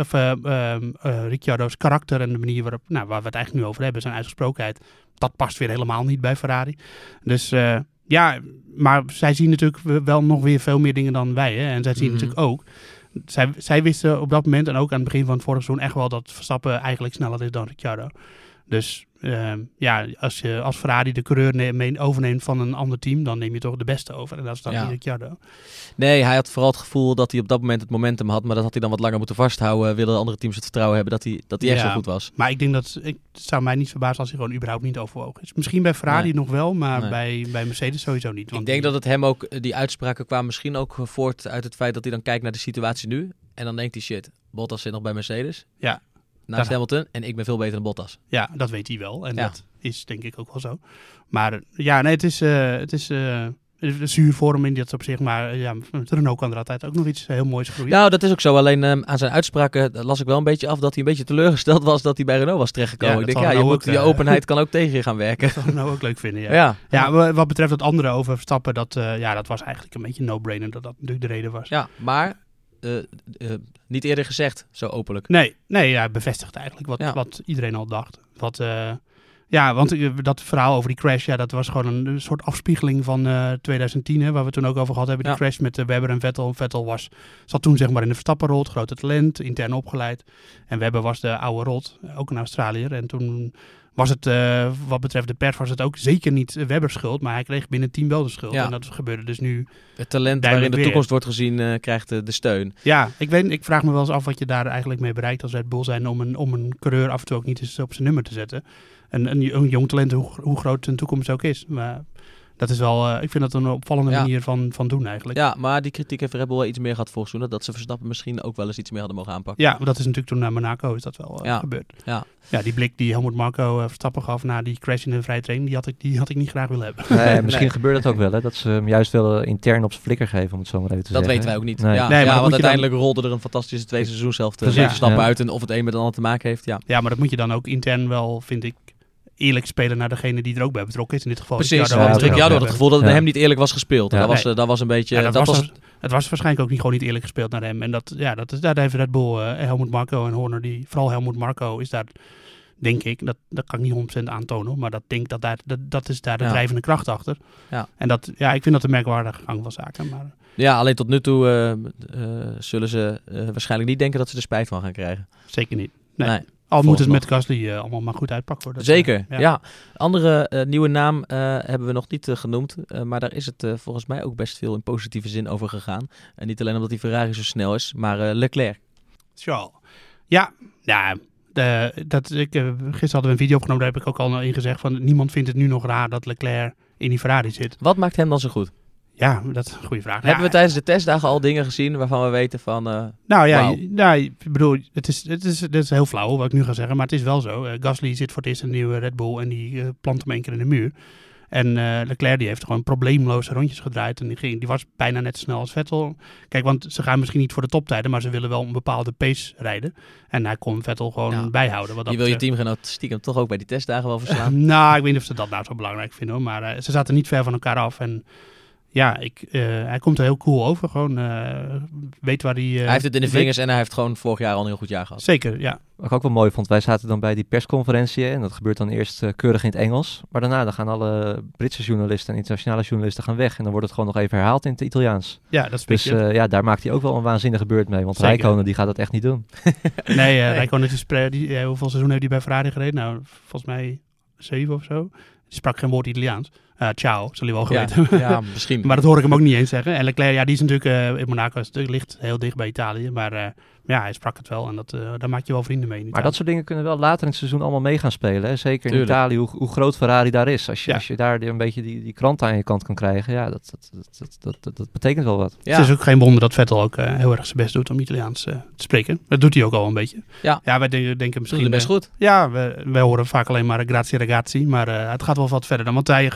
Ricciardo's karakter en de manier waarop, waar we het eigenlijk nu over hebben, zijn uitgesprokenheid, dat past weer helemaal niet bij Ferrari. Dus maar zij zien natuurlijk wel nog weer veel meer dingen dan wij. Hè? En zij zien natuurlijk ook. Zij wisten op dat moment en ook aan het begin van het vorige seizoen echt wel dat Verstappen eigenlijk sneller is dan Ricciardo. Dus als Ferrari de coureur overneemt van een ander team, dan neem je toch de beste over. En dat is dan niet Ricciardo. Nee, hij had vooral het gevoel dat hij op dat moment het momentum had, maar dat had hij dan wat langer moeten vasthouden. Willen andere teams het vertrouwen hebben dat hij echt zo goed was. Maar ik denk het zou mij niet verbazen als hij gewoon überhaupt niet overwogen is. Misschien bij Ferrari nog wel, maar bij Mercedes sowieso niet. Ik denk dat het hem ook, die uitspraken kwamen misschien ook voort uit het feit dat hij dan kijkt naar de situatie nu. En dan denkt hij, shit, Bottas zit nog bij Mercedes. Ja. Naast Hamilton en ik ben veel beter dan Bottas. Ja, dat weet hij wel. En dat is denk ik ook wel zo. Maar het is zuur voor hem in dat opzicht. Maar Renault kan er altijd ook nog iets heel moois groeien. Nou, dat is ook zo. Alleen aan zijn uitspraken las ik wel een beetje af dat hij een beetje teleurgesteld was dat hij bij Renault was terechtgekomen. Ik denk, je openheid kan ook tegen je gaan werken. Dat zou Renault ook leuk vinden, ja. Wat betreft het andere over Verstappen, dat was eigenlijk een beetje een no-brainer dat natuurlijk de reden was. Ja, maar niet eerder gezegd, zo openlijk. Nee, hij bevestigt eigenlijk wat iedereen al dacht. Want dat verhaal over die crash, dat was gewoon een soort afspiegeling van 2010, waar we het toen ook over gehad hebben. Die crash met Webber en Vettel. Vettel zat toen zeg maar in de Verstappenrol, het grote talent, intern opgeleid. En Webber was de oude rot, ook een Australiër. En toen was het, wat betreft de pers, was het ook zeker niet Webbers schuld, maar hij kreeg binnen het team wel de schuld. Ja. En dat gebeurde dus nu. Het talent waarin de toekomst wordt gezien, krijgt de steun. Ja, ik vraag me wel eens af wat je daar eigenlijk mee bereikt als Red Bull zijn om een coureur af en toe ook niet eens op zijn nummer te zetten. Een jong talent, hoe groot zijn toekomst ook is. Maar dat is wel, ik vind dat een opvallende manier van doen eigenlijk. Ja, maar die kritiek heeft Red Bull wel iets meer gehad vorig seizoen. Dat ze Verstappen misschien ook wel eens iets meer hadden mogen aanpakken. Ja, maar dat is natuurlijk toen naar Monaco is dat wel gebeurd. Ja, die blik die Helmut Marko Verstappen gaf na die crash in de vrije training, die had ik niet graag willen hebben. Nee, misschien gebeurt het ook wel, hè, dat ze hem juist wel intern op zijn flikker geven, om het zo maar even te zeggen. Dat weten wij ook niet. Nee. Want uiteindelijk rolde er een fantastische tweede seizoen zelf Verstappen uit. En of het een met het ander te maken heeft, Ja, maar dat moet je dan ook intern wel, vind ik, eerlijk spelen naar degene die er ook bij betrokken is. In dit geval precies. Ricciardo had het gevoel dat het bij hem niet eerlijk was gespeeld. Ja. Dat was een beetje... Ja, het was waarschijnlijk ook gewoon niet eerlijk gespeeld naar hem. En daar heeft Red Bull, Helmut Marko en Horner, vooral Helmut Marko is daar, denk ik, dat kan ik niet 100% aantonen, maar dat is daar de drijvende kracht achter. Ja. En ik vind dat een merkwaardige gang van zaken. Maar ja, alleen tot nu toe zullen ze waarschijnlijk niet denken dat ze er spijt van gaan krijgen. Zeker niet. Nee. Al moet het met Gasly allemaal maar goed uitpakken. Zeker, ja. Andere nieuwe naam hebben we nog niet genoemd. Maar daar is het volgens mij ook best veel in positieve zin over gegaan. En niet alleen omdat die Ferrari zo snel is, maar Leclerc. Zo. Gisteren hadden we een video opgenomen, daar heb ik ook al in gezegd van niemand vindt het nu nog raar dat Leclerc in die Ferrari zit. Wat maakt hem dan zo goed? Ja, dat is een goede vraag. Hebben we tijdens de testdagen al dingen gezien waarvan we weten van... ik bedoel, het is heel flauw wat ik nu ga zeggen, maar het is wel zo. Gasly zit voor het eerst in een nieuwe Red Bull en die plant hem 1 keer in de muur. En Leclerc die heeft gewoon probleemloze rondjes gedraaid. En die was bijna net zo snel als Vettel. Kijk, want ze gaan misschien niet voor de toptijden, maar ze willen wel een bepaalde pace rijden. En hij kon Vettel gewoon bijhouden. Je wil je teamgenoot stiekem toch ook bij die testdagen wel verslaan? Nou, ik weet niet of ze dat nou zo belangrijk vinden hoor. Maar ze zaten niet ver van elkaar af. En ja, hij komt er heel cool over. Gewoon weet waar hij... hij heeft het in de vingers en hij heeft gewoon vorig jaar al een heel goed jaar gehad. Zeker, ja. Wat ik ook wel mooi vond, wij zaten dan bij die persconferentie en dat gebeurt dan eerst keurig in het Engels. Maar daarna dan gaan alle Britse journalisten en internationale journalisten gaan weg en dan wordt het gewoon nog even herhaald in het Italiaans. Ja, dat is dus daar maakt hij ook wel een waanzinnige beurt mee, want Räikkönen die gaat dat echt niet doen. Nee, Räikkönen hoeveel seizoen heeft hij bij Ferrari gereden? Nou, volgens mij 7 of zo. Die sprak geen woord Italiaans. Ciao, zal hij wel geweten. Ja, misschien. Maar dat hoor ik hem ook niet eens zeggen. En Leclerc, die is natuurlijk in Monaco, ligt heel dicht bij Italië. Maar hij sprak het wel en daar maak je wel vrienden mee. Maar dat soort dingen kunnen wel later in het seizoen allemaal mee gaan spelen. Hè? Zeker in Italië, hoe groot Ferrari daar is. Als je daar een beetje die krant aan je kant kan krijgen, ja, dat betekent wel wat. Ja. Het is ook geen wonder dat Vettel ook heel erg zijn best doet om Italiaans te spreken. Dat doet hij ook al een beetje. Ja, wij denken misschien... Dat best goed. Ja, wij horen vaak alleen maar grazie ragazzi. Maar het gaat wel wat verder dan. Want hij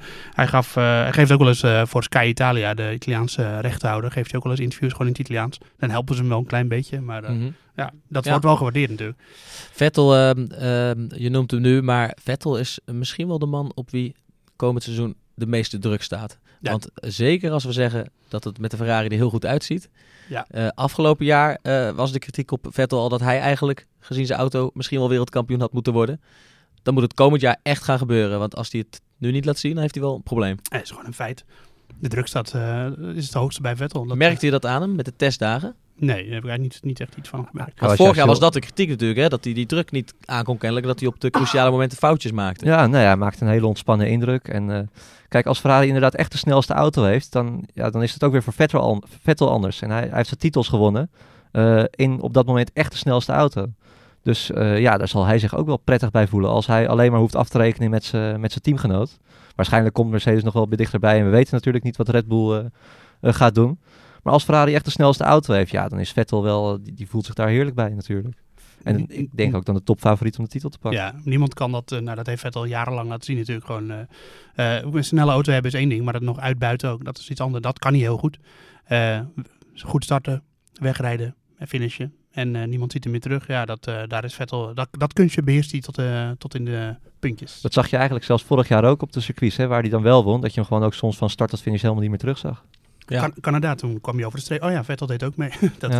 geeft ook wel eens voor Sky Italia, de Italiaanse rechthouder, geeft hij ook wel eens interviews gewoon in het Italiaans. Dan helpen ze hem wel een klein beetje. Maar dat wordt wel gewaardeerd natuurlijk. Vettel, je noemt hem nu, maar Vettel is misschien wel de man op wie komend seizoen de meeste druk staat. Ja. Want zeker als we zeggen dat het met de Ferrari er heel goed uitziet. Ja. Afgelopen jaar was de kritiek op Vettel al dat hij eigenlijk, gezien zijn auto, misschien wel wereldkampioen had moeten worden. Dan moet het komend jaar echt gaan gebeuren. Want als hij het nu niet laat zien, dan heeft hij wel een probleem. Het is gewoon een feit. De druk is het hoogste bij Vettel. Merkte je dat aan hem met de testdagen? Nee, daar heb ik eigenlijk niet echt iets van gemerkt. Want vorig jaar was dat de kritiek natuurlijk, hè? Dat hij die druk niet aankon kennelijk, dat hij op de cruciale momenten foutjes maakte. Ja, hij maakte een hele ontspannen indruk. En kijk, als Ferrari inderdaad echt de snelste auto heeft, dan is het ook weer voor Vettel anders. En hij heeft zijn titels gewonnen in op dat moment echt de snelste auto. Dus daar zal hij zich ook wel prettig bij voelen als hij alleen maar hoeft af te rekenen met zijn teamgenoot. Waarschijnlijk komt Mercedes nog wel dichterbij en we weten natuurlijk niet wat Red Bull gaat doen. Maar als Ferrari echt de snelste auto heeft, dan is Vettel wel, die voelt zich daar heerlijk bij natuurlijk. En ik denk ook dan de topfavoriet om de titel te pakken. Ja, niemand kan dat, dat heeft Vettel jarenlang laten zien natuurlijk. Gewoon een snelle auto hebben is één ding, maar dat nog uitbuiten ook, dat is iets anders. Dat kan hij heel goed. Goed starten, wegrijden en finishen. En niemand ziet hem meer terug. Ja, daar is Vettel. Dat kunstje beheerst hij tot in de puntjes. Dat zag je eigenlijk zelfs vorig jaar ook op de circuits, hè, waar hij dan wel won. Dat je hem gewoon ook soms van start tot finish helemaal niet meer terugzag. Ja. Canada, toen kwam hij over de streep. Oh ja, Vettel deed ook mee.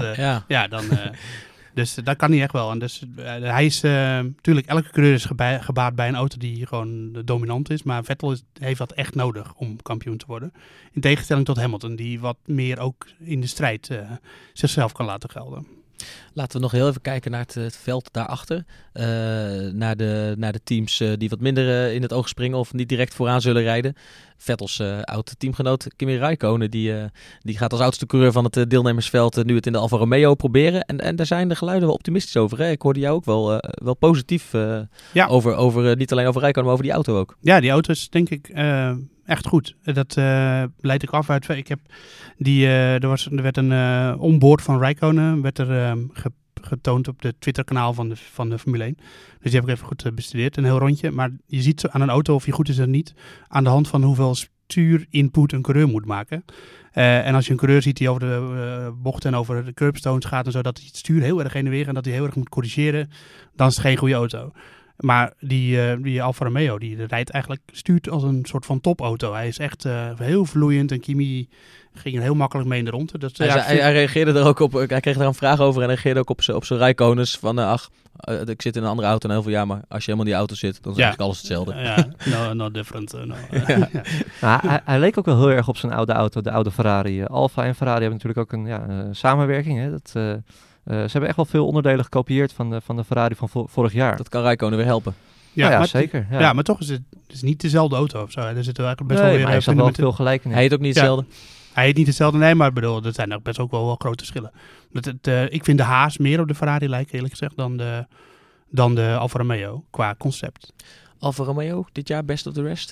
Dus dat kan hij echt wel. En dus hij is natuurlijk, elke coureur is gebaat bij een auto die gewoon dominant is. Maar Vettel heeft dat echt nodig om kampioen te worden. In tegenstelling tot Hamilton, die wat meer ook in de strijd zichzelf kan laten gelden. Laten we nog heel even kijken naar het veld daarachter. Naar de teams die wat minder in het oog springen of niet direct vooraan zullen rijden. Vettels oud-teamgenoot Kimi Räikkönen, die gaat als oudste coureur van het deelnemersveld nu het in de Alfa Romeo proberen. En daar zijn de geluiden wel optimistisch over. Hè? Ik hoorde jou ook wel positief over niet alleen over Räikkönen, maar over die auto ook. Ja, die auto is denk ik echt goed. Dat leid ik af uit. Er werd een onboard van Räikkönen getoond op het Twitter-kanaal van de Formule 1. Dus die heb ik even goed bestudeerd, een heel rondje. Maar je ziet aan een auto of je goed is of niet aan de hand van hoeveel stuurinput een coureur moet maken. En als je een coureur ziet die over de bochten en over de curbstones gaat en zo, dat hij het stuur heel erg heen en weer en dat hij heel erg moet corrigeren, dan is het geen goede auto. Maar die Alfa Romeo, die stuurt als een soort van topauto. Hij is echt heel vloeiend en Kimi ging er heel makkelijk mee in de ronde. Dus, hij reageerde er ook op, hij kreeg daar een vraag over en reageerde ook op zijn Räikkönens van ik zit in een andere auto en heel veel jaar, maar als je helemaal in die auto zit, dan is eigenlijk alles hetzelfde. Ja, no different. Hij leek ook wel heel erg op zijn oude auto, de oude Ferrari. Alfa en Ferrari hebben natuurlijk ook een samenwerking. Hè? Ze hebben echt wel veel onderdelen gekopieerd van de Ferrari van vorig jaar. Dat kan Räikkönen weer helpen. Ja, maar zeker. Ja, maar toch is het niet dezelfde auto of zo. Er zitten eigenlijk best wel weer... Maar hij zat wel veel gelijk in. Hij heet ook niet hetzelfde. Hij heet niet hetzelfde, nee, maar er zijn ook best ook wel grote verschillen. Ik vind de Haas meer op de Ferrari lijken, eerlijk gezegd, dan de Alfa Romeo qua concept. Alfa Romeo, dit jaar best of the rest?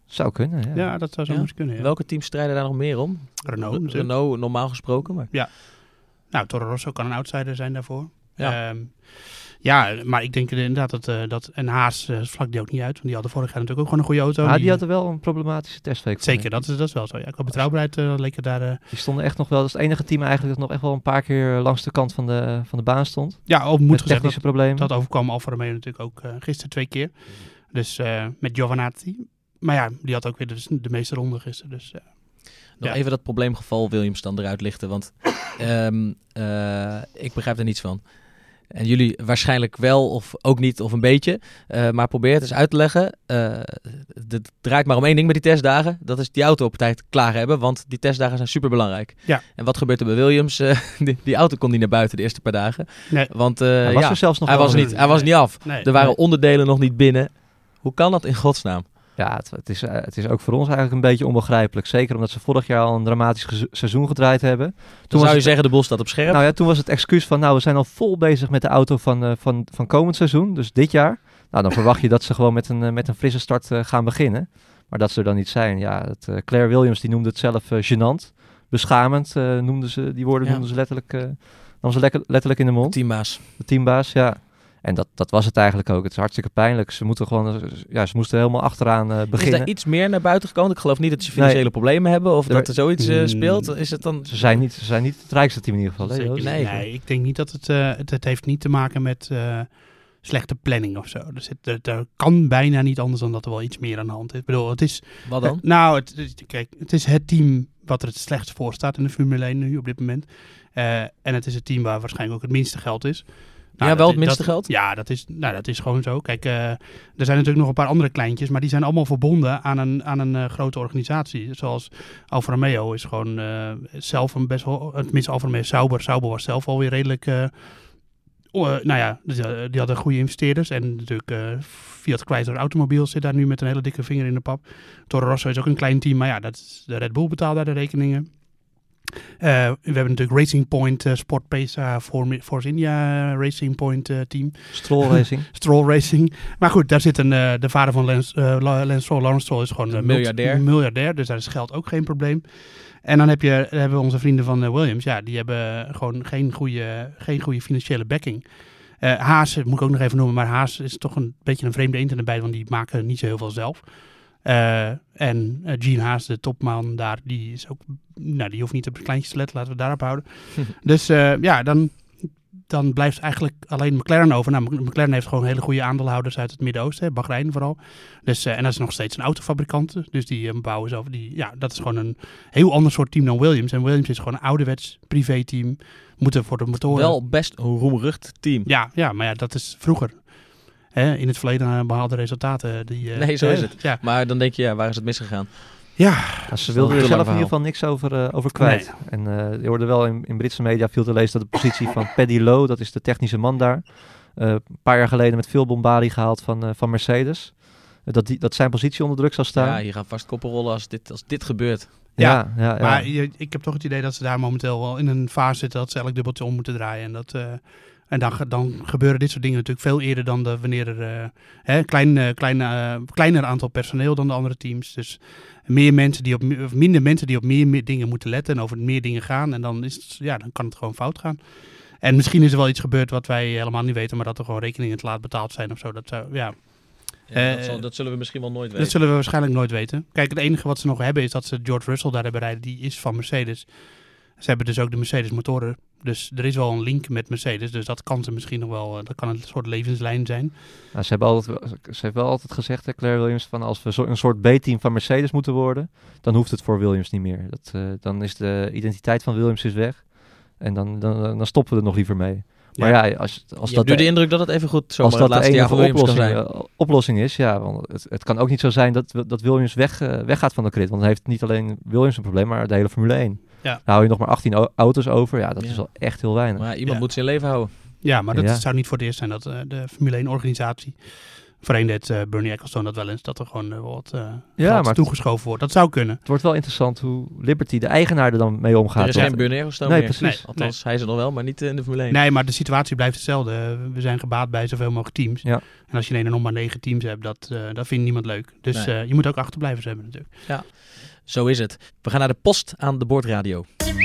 Zou kunnen, ja. Ja, dat zou zo eens kunnen. Ja. Welke teams strijden daar nog meer om? Renault. Renault normaal gesproken. Maar... Nou, Toro Rosso kan een outsider zijn daarvoor. Ja. Maar ik denk inderdaad dat en Haas vlak die ook niet uit. Want die hadden vorig jaar natuurlijk ook gewoon een goede auto. Maar die hadden wel een problematische testweek. Zeker, dat is wel zo. Ja, qua betrouwbaarheid leek het daar... Die stonden echt nog wel, dat is het enige team eigenlijk dat nog echt wel een paar keer langs de kant van de baan stond. Ja, moet met gezegd technische problemen. Dat overkwam Alfa Romeo natuurlijk ook gisteren 2 keer. Dus met Giovinazzi. Maar ja, die had ook weer de meeste ronden gisteren. Dus, Nog even dat probleemgeval Williams dan eruit lichten. Want ik begrijp er niets van. En jullie waarschijnlijk wel of ook niet of een beetje. Maar probeer het eens uit te leggen. Het draait maar om één ding met die testdagen. Dat is die auto op tijd klaar hebben. Want die testdagen zijn superbelangrijk. Ja. En wat gebeurt er bij Williams? Die auto kon niet naar buiten de eerste paar dagen. Nee. Want Hij was er zelfs nog hij wel was niet. niet. Hij was niet af. Nee. Er waren onderdelen nog niet binnen. Hoe kan dat in godsnaam? Ja, het is ook voor ons eigenlijk een beetje onbegrijpelijk. Zeker omdat ze vorig jaar al een dramatisch seizoen gedraaid hebben. Toen zou je zeggen, de boel staat op scherp. Nou ja, toen was het excuus van, we zijn al vol bezig met de auto van komend seizoen. Dus dit jaar. Nou, dan verwacht je dat ze gewoon met een frisse start gaan beginnen. Maar dat ze er dan niet zijn. Ja, Claire Williams die noemde het zelf gênant. Beschamend noemden ze, die woorden noemden ze letterlijk in de mond. De teambaas, ja. En dat was het eigenlijk ook. Het is hartstikke pijnlijk. Ze moesten helemaal achteraan beginnen. Is daar iets meer naar buiten gekomen? Ik geloof niet dat ze financiële problemen hebben of dat er zoiets speelt. Is het dan... Ze zijn niet het rijkste team in ieder geval. Zeker, nee, ik denk niet dat het heeft niet te maken met slechte planning of zo. Er kan bijna niet anders dan dat er wel iets meer aan de hand is. Ik bedoel, het is... Wat dan? Het is het team wat er het slechtst voor staat in de Formule 1 nu op dit moment. En het is het team waar waarschijnlijk ook het minste geld is. Nou, wel het minste geld? Ja, dat is gewoon zo. Kijk, er zijn natuurlijk nog een paar andere kleintjes, maar die zijn allemaal verbonden aan een grote organisatie. Zoals Alfa Romeo is gewoon zelf een best wel... Tenminste, Alfa Romeo Sauber was zelf alweer redelijk... die hadden goede investeerders. En natuurlijk Fiat Chrysler Automobiles zit daar nu met een hele dikke vinger in de pap. Toro Rosso is ook een klein team, maar ja, de Red Bull betaalt daar de rekeningen. We hebben natuurlijk Racing Point Sport Pesa Force India Racing Point team. Stroll Racing. Maar goed, daar zit de vader van Lance Stroll. Lawrence Stroll is gewoon een miljardair. Dus daar is geld ook geen probleem. En dan hebben we onze vrienden van Williams. Ja, die hebben gewoon geen goede financiële backing. Haas moet ik ook nog even noemen. Maar Haas is toch een beetje een vreemde eend in de bijt. Want die maken niet zo heel veel zelf. En Gene Haas, de topman daar, die is ook... Nou, die hoeft niet op de kleintjes te letten, laten we daarop houden. Dus dan blijft eigenlijk alleen McLaren over. Nou, McLaren heeft gewoon hele goede aandeelhouders uit het Midden-Oosten, Bahrein vooral. Dus, en dat is nog steeds een autofabrikant. Dus die bouwen zelf... dat is gewoon een heel ander soort team dan Williams. En Williams is gewoon een ouderwets privéteam. Moeten voor de motoren... Wel best een roemrucht team. Ja, maar ja, dat is vroeger... in het verleden behaalde resultaten. Nee, zo is het. Ja. Maar dan denk je, waar is het misgegaan? Ja. Ze wilden er zelf in ieder geval niks over kwijt. Nee. En je hoorde wel in Britse media viel te lezen dat de positie van Paddy Lowe, dat is de technische man daar, een paar jaar geleden met veel bombardie gehaald van Mercedes. Dat zijn positie onder druk zal staan. Ja, je gaat vast koppen rollen als dit gebeurt. Ja. Maar ik heb toch het idee dat ze daar momenteel wel in een fase zitten dat ze elk dubbeltje om moeten draaien. En dan gebeuren dit soort dingen natuurlijk veel eerder dan wanneer er kleiner aantal personeel dan de andere teams. Dus minder mensen die op meer dingen moeten letten en over meer dingen gaan. En dan kan het gewoon fout gaan. En misschien is er wel iets gebeurd wat wij helemaal niet weten, maar dat er gewoon rekeningen te laat betaald zijn of zo. Dat zullen we misschien wel nooit weten. Dat zullen we waarschijnlijk nooit weten. Kijk, het enige wat ze nog hebben is dat ze George Russell daar hebben rijden. Die is van Mercedes. Ze hebben dus ook de Mercedes motoren. Dus er is wel een link met Mercedes. Dus dat kan ze misschien nog wel. Dat kan een soort levenslijn zijn. Nou, ze heeft wel altijd gezegd, Claire Williams, van als we een soort B-team van Mercedes moeten worden, dan hoeft het voor Williams niet meer. Dan is de identiteit van Williams weg. En dan stoppen we er nog liever mee. Maar ja, als je hebt nu de indruk dat het even goed zomaar het laatste jaar van Williams kan zijn. Oplossing is, ja, want het kan ook niet zo zijn dat Williams weggaat van de grid. Want dan heeft niet alleen Williams een probleem, maar de hele Formule 1. Ja. Dan hou je nog maar 18 auto's over. Ja, dat is wel echt heel weinig. Maar iemand moet zijn leven houden. Ja, maar dat zou niet voor het eerst zijn dat de Formule 1 organisatie Voorheen deed Bernie Ecclestone dat wel eens, dat er gewoon wat maar geld toegeschoven wordt. Dat zou kunnen. Het wordt wel interessant hoe Liberty, de eigenaar, er dan mee omgaat. Er is geen Bernie Ecclestone Nee, meer. precies. Althans, hij is er nog wel, maar niet in de Formule 1. Nee, maar de situatie blijft hetzelfde. We zijn gebaat bij zoveel mogelijk teams. Ja. En als je nog maar 9 teams hebt, dat vindt niemand leuk. Dus je moet ook achterblijvers hebben natuurlijk. Ja, zo is het. We gaan naar de post aan de boordradio.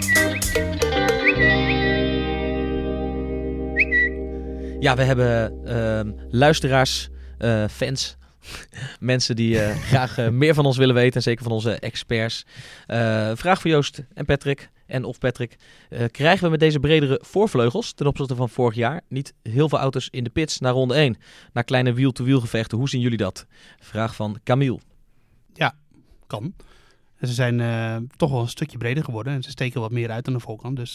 Ja, we hebben luisteraars, fans, mensen die graag meer van ons willen weten. En zeker van onze experts. Vraag voor Joost en Patrick. En of Patrick, krijgen we met deze bredere voorvleugels ten opzichte van vorig jaar niet heel veel auto's in de pits naar ronde 1? Naar kleine wiel-to-wiel gevechten. Hoe zien jullie dat? Vraag van Camille. Ja, kan. Ze zijn toch wel een stukje breder geworden. En ze steken wat meer uit aan de voorkant. Dus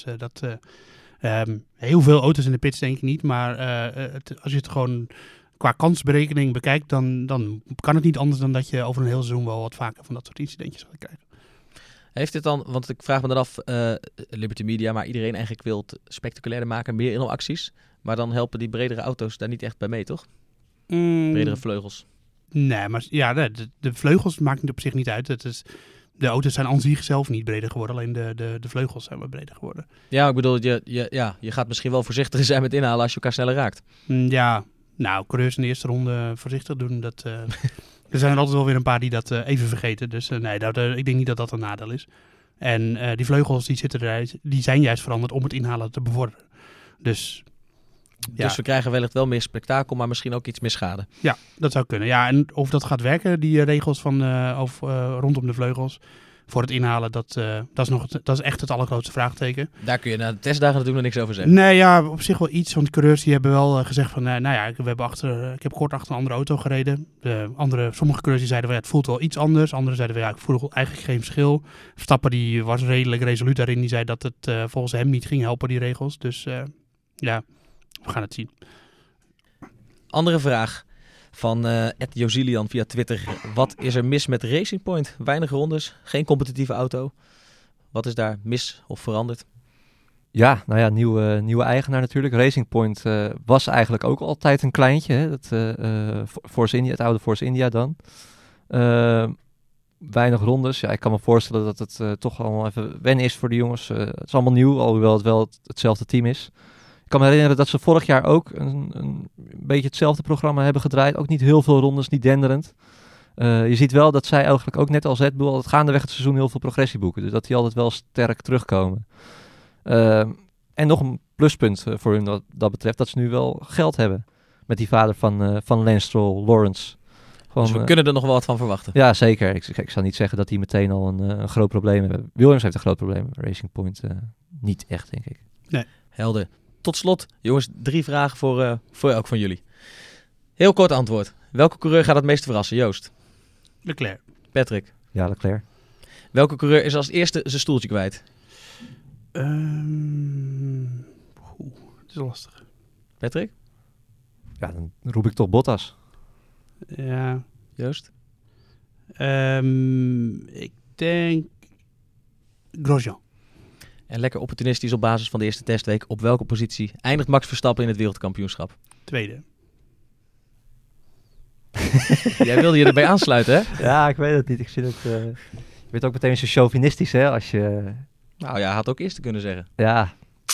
heel veel auto's in de pits denk ik niet. Maar als je het gewoon qua kansberekening bekijkt, dan kan het niet anders dan dat je over een heel seizoen wel wat vaker van dat soort incidentjes gaat krijgen. Heeft dit dan, want ik vraag me dan af, Liberty Media, maar iedereen eigenlijk wil het spectaculairder maken, meer inhaalacties. Maar dan helpen die bredere auto's daar niet echt bij mee, toch? Bredere vleugels. Nee, maar ja, de vleugels maakt het op zich niet uit. De auto's zijn aan zich zelf niet breder geworden, alleen de vleugels zijn wat breder geworden. Ja, ik bedoel, je gaat misschien wel voorzichtiger zijn met inhalen als je elkaar sneller raakt. Ja, nou, coureurs in de eerste ronde voorzichtig doen, er zijn er altijd wel weer een paar die dat even vergeten. Dus nee, ik denk niet dat dat een nadeel is. En die vleugels die zijn juist veranderd om het inhalen te bevorderen. Dus we krijgen wellicht wel meer spektakel, maar misschien ook iets meer schade. Ja, dat zou kunnen. Ja, en of dat gaat werken, die regels rondom de vleugels voor het inhalen, dat is echt het allergrootste vraagteken. Daar kun je na de testdagen natuurlijk nog niks over zeggen. Nee, ja, op zich wel iets. Want de coureurs die hebben wel gezegd van, ik heb kort achter een andere auto gereden. Sommige coureurs die zeiden van, het voelt wel iets anders. Anderen zeiden van, ik voel eigenlijk geen verschil. Verstappen die was redelijk resoluut daarin. Die zei dat het volgens hem niet ging helpen, die regels. Dus we gaan het zien. Andere vraag van @Josilian via Twitter. Wat is er mis met Racing Point? Weinig rondes, geen competitieve auto. Wat is daar mis of veranderd? Ja, nou ja, nieuwe eigenaar natuurlijk. Racing Point was eigenlijk ook altijd een kleintje. Hè? Force India, het oude Force India dan. Weinig rondes. Ja, ik kan me voorstellen dat het toch allemaal even wennen is voor de jongens. Het is allemaal nieuw, alhoewel het wel hetzelfde team is. Ik kan me herinneren dat ze vorig jaar ook een beetje hetzelfde programma hebben gedraaid. Ook niet heel veel rondes, niet denderend. Je ziet wel dat zij eigenlijk ook net als Red Bull altijd gaandeweg het seizoen heel veel progressie boeken. Dus dat die altijd wel sterk terugkomen. En nog een pluspunt voor hun wat dat betreft, dat ze nu wel geld hebben. Met die vader van Lance Stroll, Lawrence. Dus we kunnen er nog wel wat van verwachten. Ja, zeker. Ik zou niet zeggen dat die meteen al een groot probleem hebben. Williams heeft een groot probleem. Racing Point niet echt, denk ik. Nee. Helder. Tot slot, jongens, 3 vragen voor elk van jullie. Heel kort antwoord. Welke coureur gaat het meest verrassen, Joost? Leclerc. Patrick? Ja, Leclerc. Welke coureur is als eerste zijn stoeltje kwijt? Het is lastig. Patrick? Ja, dan roep ik toch Bottas. Ja. Joost? Ik denk Grosjean. En lekker opportunistisch op basis van de eerste testweek. Op welke positie eindigt Max Verstappen in het wereldkampioenschap? Tweede. Jij wilde je erbij aansluiten, hè? Ja, ik weet het niet. Ik zie dat. Je bent ook meteen zo chauvinistisch, hè? Als je. Nou ja, had ook eerste kunnen zeggen. Ja.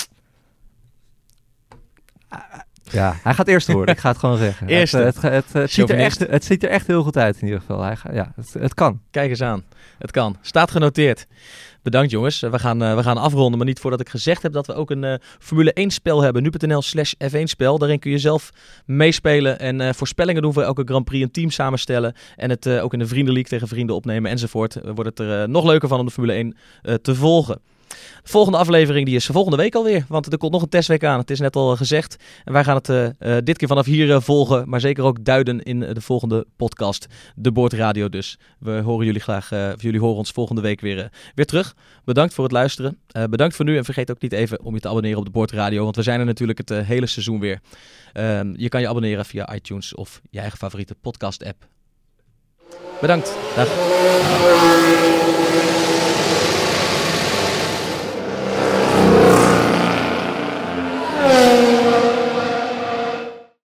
Ja, hij gaat eerst worden. Ik ga het gewoon zeggen. Eerste. Het ziet er echt heel goed uit in ieder geval. Het kan. Kijk eens aan. Het kan. Staat genoteerd. Bedankt jongens. We gaan afronden, maar niet voordat ik gezegd heb dat we ook een Formule 1 spel hebben. Nu.nl/F1 spel. Daarin kun je zelf meespelen en voorspellingen doen voor elke Grand Prix. Een team samenstellen en het ook in de Vriendenleague tegen vrienden opnemen enzovoort. Wordt het er nog leuker van om de Formule 1 te volgen. De volgende aflevering die is volgende week alweer, want er komt nog een testweek aan. Het is net al gezegd. En wij gaan het dit keer vanaf hier volgen, maar zeker ook duiden in de volgende podcast. De Boordradio dus. We horen jullie graag, jullie horen ons volgende week weer terug. Bedankt voor het luisteren. Bedankt voor nu en vergeet ook niet even om je te abonneren op de Boordradio, want we zijn er natuurlijk het hele seizoen weer. Je kan je abonneren via iTunes of je eigen favoriete podcast app. Bedankt. Dag.